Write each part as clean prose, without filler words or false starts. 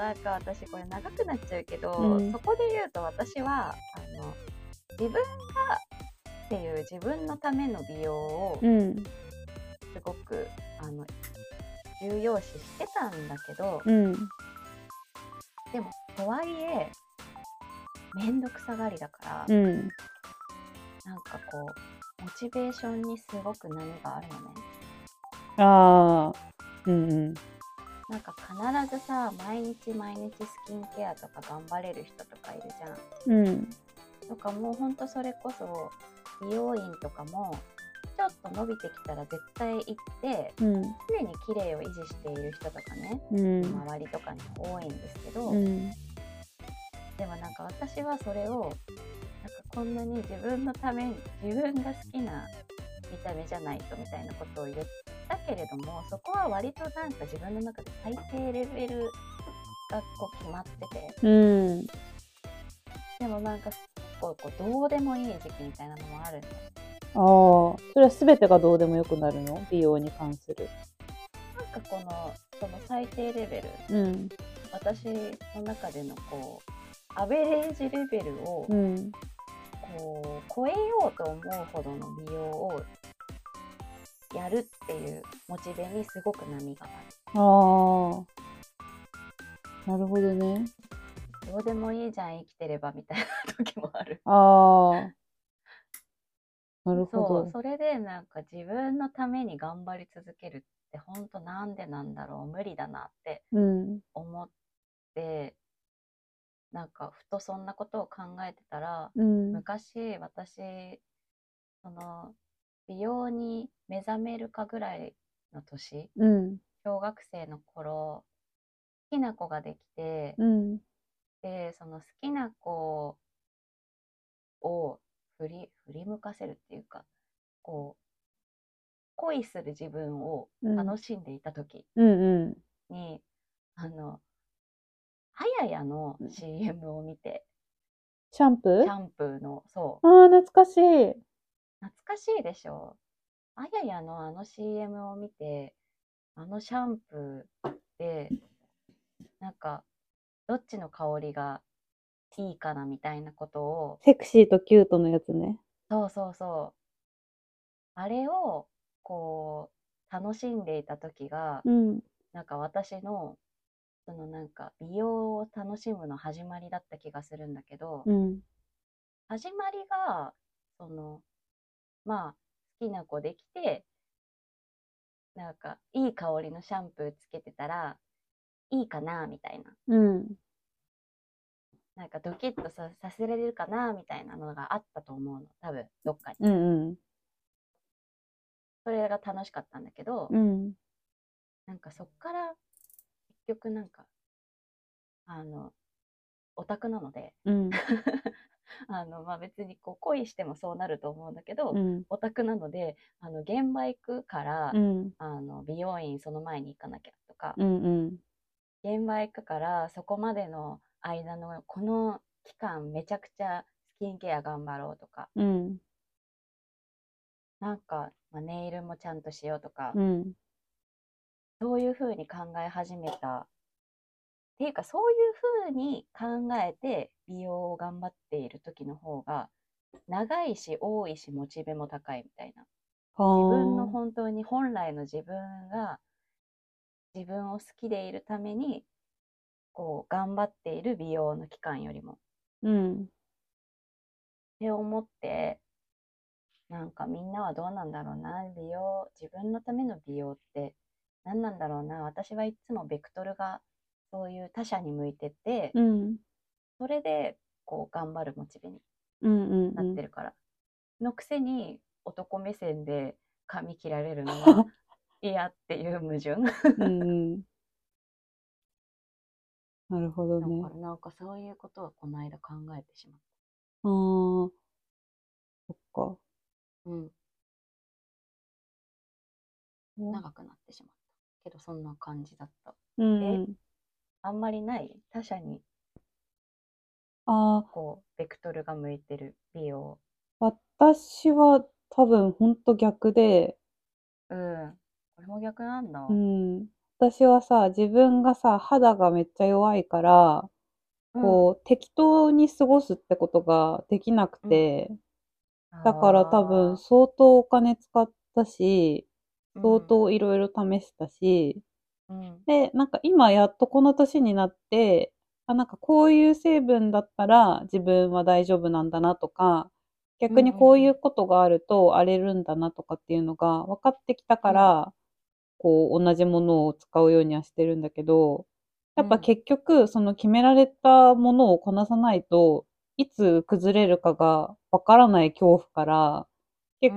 なんか私これ長くなっちゃうけど、 うんそこで言うと私は自分がっていう自分のための美容をうんすごく重要視してたんだけど、 うんでもとはいえめんどくさがりだから、 うんなんかこうモチベーションにすごく波があるのね。 ああうんうんなんか必ずさ、毎日毎日スキンケアとか頑張れる人とかいるじゃん。 うんとかもうほんとそれこそ美容院とかもちょっと伸びてきたら絶対行ってうん常に綺麗を維持している人とかね、 うん周りとかにも多いんですけど、 うんでもなんか私はそれをなんかこんなに自分のために自分が好きな見た目じゃないとみたいなことを言ったけれども、そこは割となんか自分の中で最低レベルがこう決まってて、 うんでもなんかこうどうでもいい時期みたいなのもあるんだよ。 ああそれは全てがどうでもよくなるの？美容に関する。 なんかその最低レベル、 うん私の中でのこうアベレージレベルをうんこう超えようと思うほどの美容をやるっていうモチベにすごく波がある。 ああなるほどね。 どうでもいいじゃん生きてればみたいな時もある。 ああなるほそう、 ど。 それでなんか自分のために頑張り続けるって本当なんでなんだろう、無理だなってうん思って、なんかふとそんなことを考えてたら、 うん昔私その美容に目覚めるかぐらいの年、 うん小学生の頃好きな子ができて、 うんでその好きな子を振り向かせるっていうか、こう恋する自分をうん楽しんでいた時うんに、はややの CM を見て、 シャンプー。 シャンプーの、そう、 ああ懐かしい。 懐かしいでしょ。あややのCM を見て、シャンプーでなんかどっちの香りがいいかなみたいなことを、 セクシーとキュートのやつね。 そうそうそう、あれをこう楽しんでいた時が、 うんなんか私のそのなんか美容を楽しむの始まりだった気がするんだけど、 うん始まりがそのまあ好きな子できて、なんかいい香りのシャンプーつけてたらいいかなみたいな、 うんなんかドキッとさせられるかなみたいなのがあったと思うの、多分どっかに。 うんそれが楽しかったんだけど、 うんなんかそっから結局なんかあのオタクなので、 うんまあ、別にこう恋してもそうなると思うんだけど、 うんオタクなので現場行くからうん美容院その前に行かなきゃとか、 うんうん現場行くからそこまでの間のこの期間めちゃくちゃスキンケア頑張ろうとか、 うんなんか、まあ、ネイルもちゃんとしようとか、 うんそういう風に考え始めたっていうか、そういう風に考えて美容を頑張っている時の方が長いし多いしモチベも高いみたいな。 は自分のあ本当に本来の自分が自分を好きでいるためにこう頑張っている美容の期間よりもっうんて思って、なんかみんなはどうなんだろうな、美容、自分のための美容って何なんだろうな。私はいつもベクトルがそういう他者に向いてて、 うんそれでこう頑張るモチベにうんなっうんてるからのくせに、男目線で髪切られるのは嫌っていう矛盾。 うんうんなるほどだかね。 らなんかそういうことはこの間考えてしまっああそっか。 た。うん。 うん長くなってしまったけど、そんな感じだった。 うえ、 んあんまりない他者にああこうベクトルが向いてる美容。 私は多分ほんと逆で、 うん。これも逆なんだ。 うん。 私はさ、自分がさ、肌がめっちゃ弱いから、 うん。 適当に過ごすってことができなくうん。 て、だから多分ああ。 相当お金使ったし、相うん。 当いろいろ試したし、 うん。 で、なんか今やっとこの年になって、なんかこういう成分だったら自分は大丈夫なんだなとか、逆にうん。 こういうことがあると荒れるんだなとかっていうのが分かってきたかうん。 ら、同じものを使うようにはしてるんだけど、やうん。 っぱ結局、その決められたものをこなさないと、いつ崩れるかがわからない恐怖から、 うん。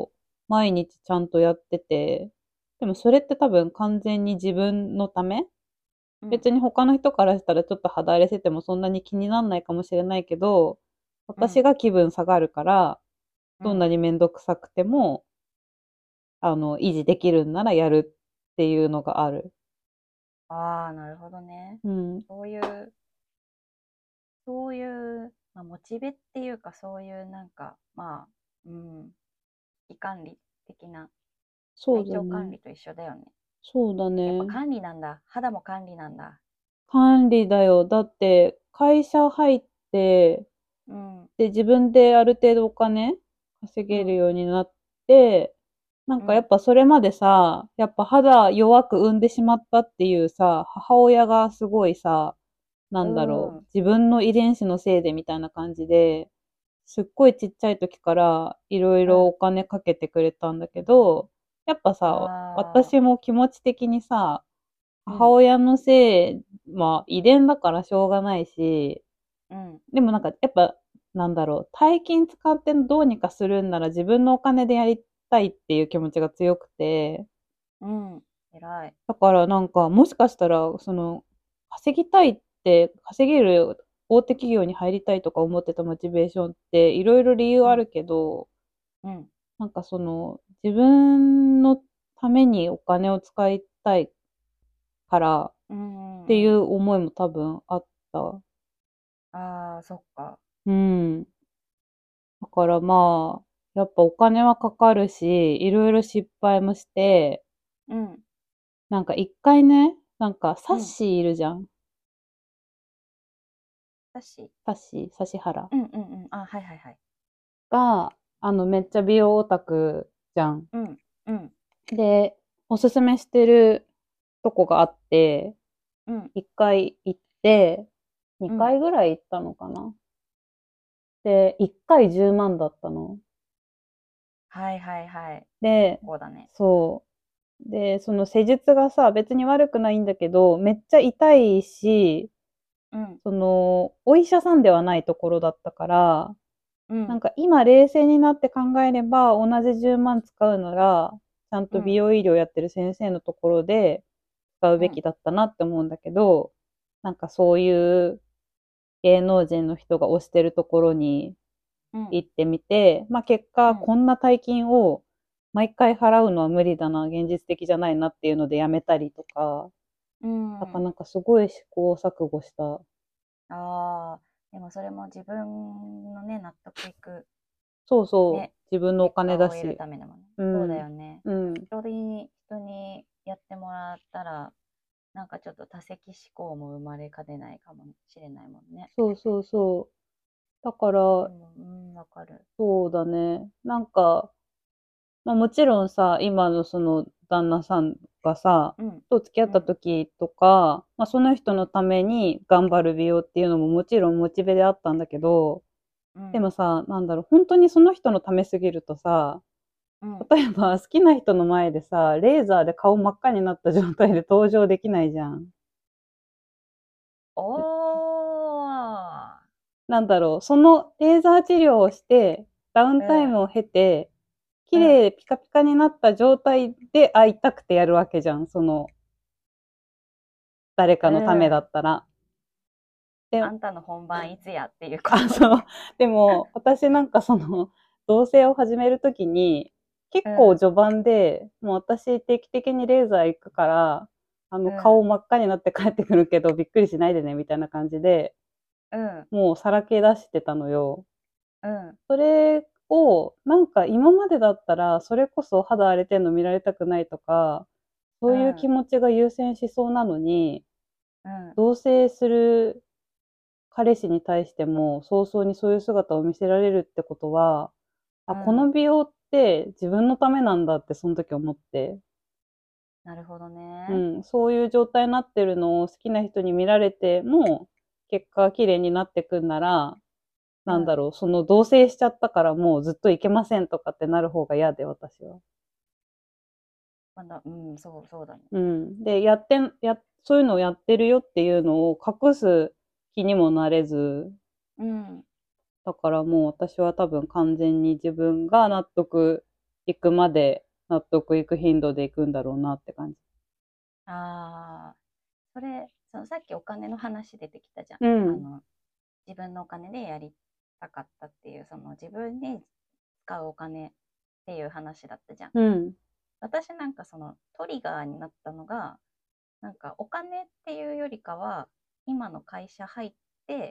結構毎日ちゃんとやってて、でもそれって多分完全に自分のため。 うん。 別に他の人からしたらちょっと肌荒れしててもそんなに気にならないかもしれないけど、 うん。 私が気分下がるから、 うん。 どんなにめんどくさくても、維持できるんならやるっていうのがある。 ああ、なるほどね。 うん。 そういう、そういう、まあ、モチベっていうか、そういうなんか、まあ、うん、危機管理的な、 そう体だね。 調管理と一緒だよね。 そうだね。 やっぱ管理なんだ。肌も管理なんだ。 管理だよ。だって、会社入って、 うん。 で、自分である程度お金稼げるうん。 ようになって、なんうん。 かやっぱそれまでさ、やっぱ肌弱く産んでしまったっていうさ、母親がすごいさ、なうんだろう、 ん。 自分の遺伝子のせいでみたいな感じで、すっごいちっちゃい時からいろいうん。 ろお金かけてくれたんだけど、やっぱさ、 ああ。 私も気持ち的にさ、 うん。 母親のせい、まあ遺伝だからしょうがないし、 うん。 でもなんかやっぱ、なんだろう、大金使ってどうにかするんなら自分のお金でやりたいっていう気持ちが強くて、 うん。偉い。 だからなんかもしかしたら、稼ぎたいって、稼げる大手企業に入りたいとか思ってたモチベーションっていろいろ理由うん。 あるけど、 うん。 なんか自分のためにお金を使いたいからっうん。 ていううん。 思いも多分あった。 ああ、そっか。 うん。だからまあ、やっぱお金はかかるし、いろいろ失敗もして、 うん。 なんか一回ね、なんかサッうん。 シーいるじゃん。 だし。 指原うん。うん。うん。あ、はいはいはい。 が、めっちゃ美容オタクじゃん。 うん。うん。 で、おすすめしてるとこがあって、 うん。 一回行って、二うん。 回ぐらい行ったのかな。で、一回10万だったの。 はいはいはい。結で、 構だね。 そう。で、その施術がさ、別に悪くないんだけど、めっちゃ痛いし、 うん。 お医者さんではないところだったから、 うん。 なんか今冷静になって考えれば、同じ10万使うなら、ちゃんと美うん。 容医療やってる先生のところで使ううん。 べきだったなって思うんだけど、なんかそういう芸能人の人が推してるところにうん。 行ってみて、まあ結果、 うん。 こんな大金を毎回払うのは無理だな、現実的じゃないなっていうのでやめたりとか、 うん。 だからなんかすごい試行錯誤した。 ああ、でもそれも自分のね、納得いくそうそね、 う、自分のお結果を得る金だし。 ためでもね。そうだうん。 よね。 うん。 人にやってもらったら、なんかちょっと多責思考も生まれかねないかもしれないもんね。 そうそうそう。だから、 でも、うん、わかる。 そうだね。なんか、まあもちろんさ、今のその旦那さんがさ、 うん。 と付き合ったうん。 時とか、まあその人のために頑張る美容っていうのももちろんモチベであったんだけど、 うん。 でもさ、なんだろう、本当にその人のためすぎるとさ、 うん。 例えば好きな人の前でさ、レーザーで顔真っ赤になった状態で登場できないじゃん。 おー。 なんだろう、そのレーザー治療をして、ダウンうん。 タイムを経て、綺うん。 麗ピカピカになった状態で会いたくてやるわけじゃん。誰かうのためだん。 ったら。で、 あんたの本番いつやっていうこあ、 とそう。 ね。 でも、私なんか同棲を始めるときに、結うん。 構序盤で、もう私定期的にレーザー行くから、 うん。 顔真っ赤になって帰ってくるけど、びっくりしないでね、みたいな感じで、 うん。 もうさらけ出してたのよ。 うん。 それを、なんか今までだったら、それこそ肌荒れてんの見られたくないとか、 そういう気持ちが優先しそうなのに、 うん同棲する彼氏に対しても早々にそういう姿を見せられるってことは、あ、この美容って自分のためなんだってその時思って、 なるほどうね。 ん、そういう状態になってるのを好きな人に見られても、結果綺麗になってくんなら、なんだろう、その同棲しちゃったからもうずっといけませんとかってなる方が嫌で、私は。 そうだね。 うん。で、そういうのをやってるよっていうのを隠す気にもなれず、 うん。 だからもう私は多分完全に自分が納得いくまで納得いく頻度でいくんだろうなって感じ。 ああ、そのさっきお金の話出てきたじゃん。 うん。 自分のお金でやりたかったっていう、その自分に使うお金っていう話だったじゃん。 うん。 私なんかそのトリガーになったのが、なんかお金っていうよりかは、今の会社入って、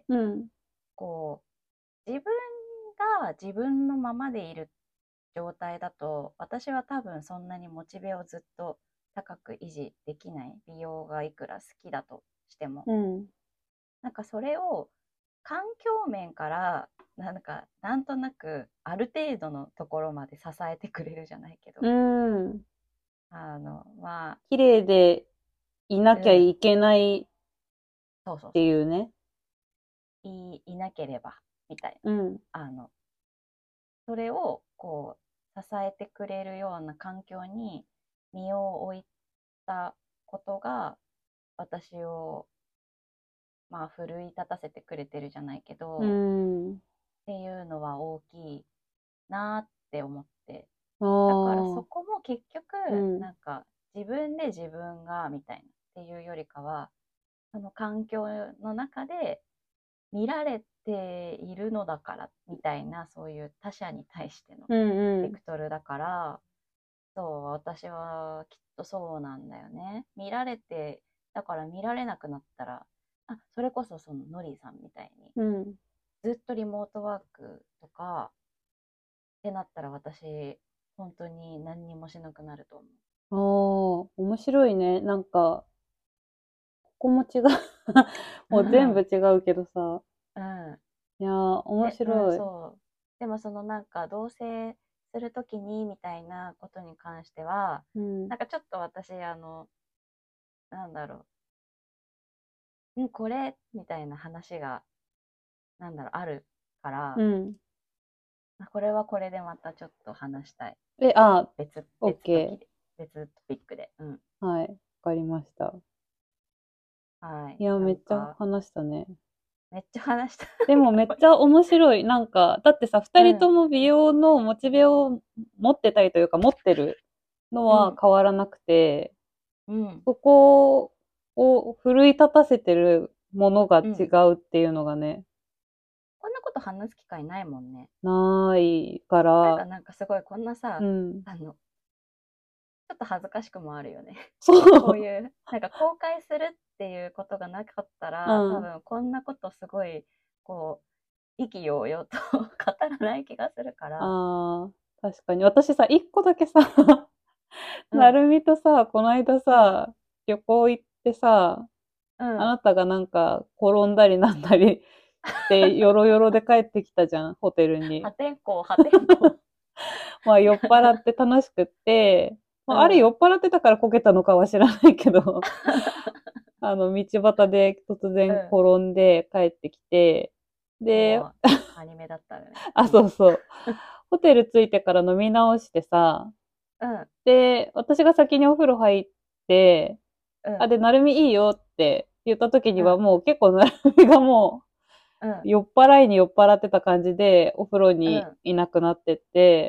うん。 こ自分が自分のままでいる状態だと、私は多分そんなにモチベをずっと高く維持できない。美容がいくら好きだとしても。 うん。 なんかそれを環境面からなんとなくある程度のところまで支えてくれるじゃないけうど、 ん。 まあ、 綺麗でいなきゃうん、 いけないってそうそうそうそいうね。 う、いなければみたいうん。 な、それをこう支えてくれるような環境に身を置いたことが、私をまあ奮い立たせてくれてるじゃないけうど、 ん。 っていうのは大きいなって思って、 あだからそあ。 こも結局うん。 なんか自分で自分がみたいなっていうよりかは、その環境の中で見られているのだからみたいな、そういう他者に対してのうんうん。 ベクトルだから、そう、私はきっとそうなんだよね。見られて、だから見られなくなったら、それこそそのノリさんみたいに、 うん。 ずっとリモートワークとかってなったら、私、本当に何にもしなくなると思ああ、面白いね。なんか、ここも違う。 う。 もう全部違うけどさ。 うん。 いやー、面白い。 そう。でもそのなんか同棲するときにみたいなことに関しては、 うん。 なんかちょっと私、なんだろこれみたいな話が、あるから、 うん。 これはこれでまたちょっと話したい。 オッケ別時で、別トピックで。うん。 ー。はい。わかりました。 はい。 いや、めっちゃ話したね。 めっちゃ話した。 でもめっちゃ面白い。なんか、だってさ、二人とも美容のモチベを持ってたりというか、持ってるのうん。 は変わらなくて、 うん。 そこを奮い立たせてるものが違うん。 うっていうのがね、 こんなこと話す機会ないもんね。 ないかというか、 ら、 なんかすごいこんなさ、 うん。 ちょっと恥ずかしくもあるよね。 そこうう。 いう、公開するっていうことがなかったうら、多ん。 分こんなことすごい、こ意気揚々と語らない気がするから。 ああ、確かに。私さ、一個だけさ、 うん。 なるみとさ、この間うん。 さ、旅行行ってさ、 うん。 あなたがなんか転んだりなんだりして、よろよろで帰ってきたじゃん、ホテルに。 破天荒、破天荒。 まあ酔っ払って楽しくって、まあ、あれ酔うん。 っ払ってたからこけたのかは知らないけど、道端で突然うん。 転んで帰ってきて、で、 もう、アニメだったね。 あ、 うん。 そうそう。ホテル着いてから飲み直してさ、 うん。 で、私が先にお風呂入って、 うん。 で、なるみいいよって言った時にはうん。 もう結構なるみがもうん。 う酔っ払いに酔っ払ってた感じでお風呂にうん。 いなくなってって、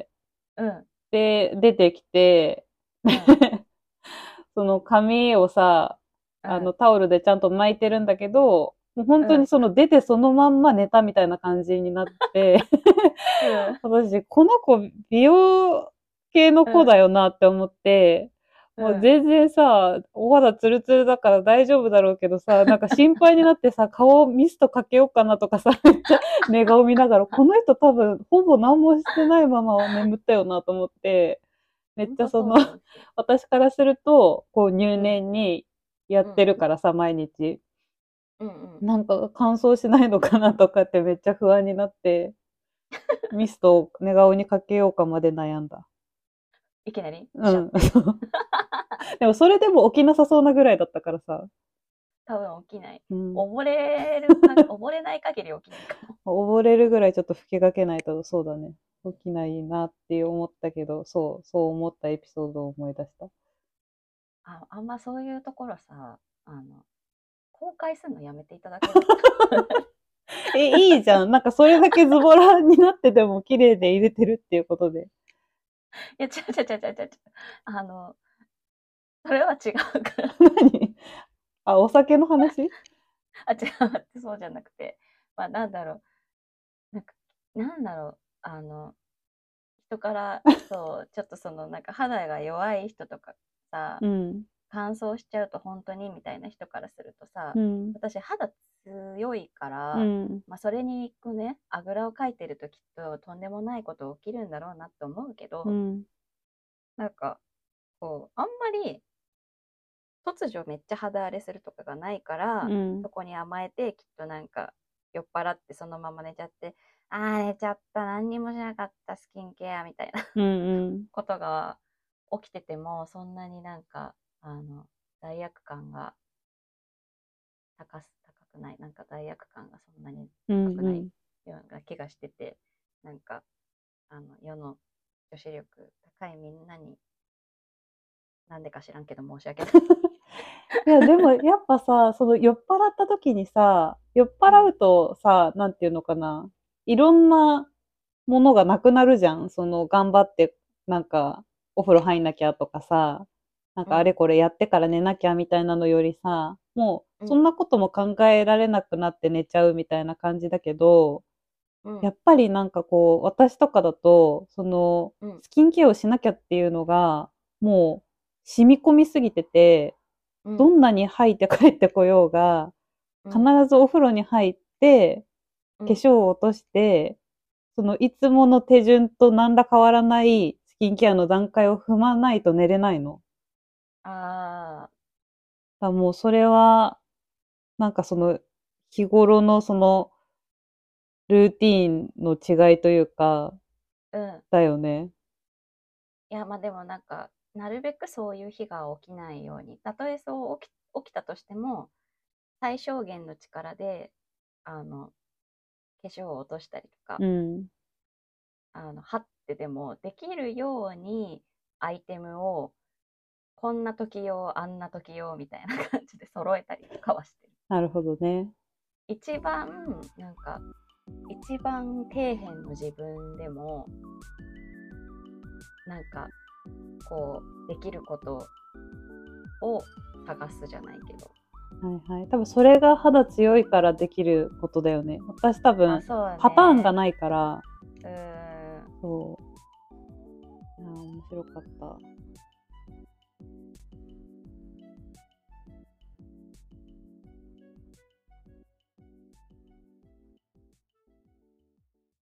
うん。 で、出てきて、 うん。 その髪をさ、 うん。 タオルでちゃんと巻いてるんだけど、もう本当にうん。 その出てそのまんま寝たみたいな感じになって、 うん。 私、この子、美容系の子だよなって思って、 うん。 もう全然さ、お肌ツルツルだから大丈夫だろうけどさ、なんか心配になってさ、顔ミストかけようかなとかさ、めっちゃ寝顔見ながら、この人多分ほぼ何もしてないまま眠ったよなと思って、 めっほんちゃその、 とそうなんですよ。 私からすると、こう入うん。 念にやってるからさ、毎日。 うんうん。 なんか乾燥しないのかなとかってめっちゃ不安になって、ミストを寝顔にかけようかまで悩んだ。 いきなりうん。 シャって。 でもそれでも起きなさそうなぐらいだったからさ。 多分起きない。 うん。 溺れない限り起きないかも。 溺れるぐらいちょっと吹きかけないと、そうだね。起きないなって思ったけど、そう思ったエピソードを思い出した。 あんまそういうところさ、公開するのやめていただけますか？ いいじゃん。なんかそれだけズボラになってても綺麗で入れてるっていうことで。 いや、違う。あの、それは違うから。 何？あ、お酒の話？ 違う、そうじゃなくて、まあ、なんだろう、なんだろう、人から、そう、ちょっとその、なんか肌が弱い人とかさ、 うん。 乾燥しちゃうと本当にみたいな人からするとさ、 うん。 私肌強いから、 うん。 まあ、それにこうね、あぐらをかいてるときっととんでもないこと起きるんだろうなって思うけど、 うん。 なんか、こう、あんまり突如めっちゃ肌荒れするとかがないから、 うん。 そこに甘えて、きっとなんか、酔っ払ってそのまま寝ちゃって、あー寝ちゃった、何にもしなかった、スキンケアみたいなうん。 ことが起きてても、そんなになんか、罪悪感が高くない、なんか罪悪感がそんなにうん。 高くないうん。 ような気がしてて、なんか、世の女子力高いみんなに、なんでか知らんけど申し訳ない。 いや、でもやっぱさ、その酔っ払った時にさ、酔っ払ううん、 とさ、なんていうのかな、いろんなものがなくなるじゃん。その頑張って、なんか、お風呂入んなきゃとかさ、なんかあれうん、 これやってから寝なきゃみたいなのよりさ、もうそんうん、 なことも考えられなくなって寝ちゃうみたいな感じだけど、 うん、 やっぱりなんかこう、私とかだと、その、 うん、 スキンケアをしなきゃっていうのが、もう染み込みすぎてて、 うん、 どんなに吐いて帰ってこようが、必うん、 ずお風呂に入って、化うん。 粧を落として、そのいつもの手順と何ら変わらないスキンケアの段階を踏まないと寝れないの。 あだからもうそれは、なんかその日頃のそのルーティーンの違いというか、 あ、うん。 だよね。 いや、まあでもなんか、なるべくそういう日が起きないように、たとえそう起きたとしても、最小限の力で、化粧を落としたりとか、 うん。 はってでもできるように、アイテムを、こんな時用、あんな時用みたいな感じで揃えたりとかはしてる。 なるほどね。 一番、なんか、一番底辺の自分でも、なんか、こう、できることを探すじゃないけど。 はいはい。多分それが肌強いからできることだよね。私多あ、 分そうパターンがね。 ないから、 うーん。 そう。いや面白かった。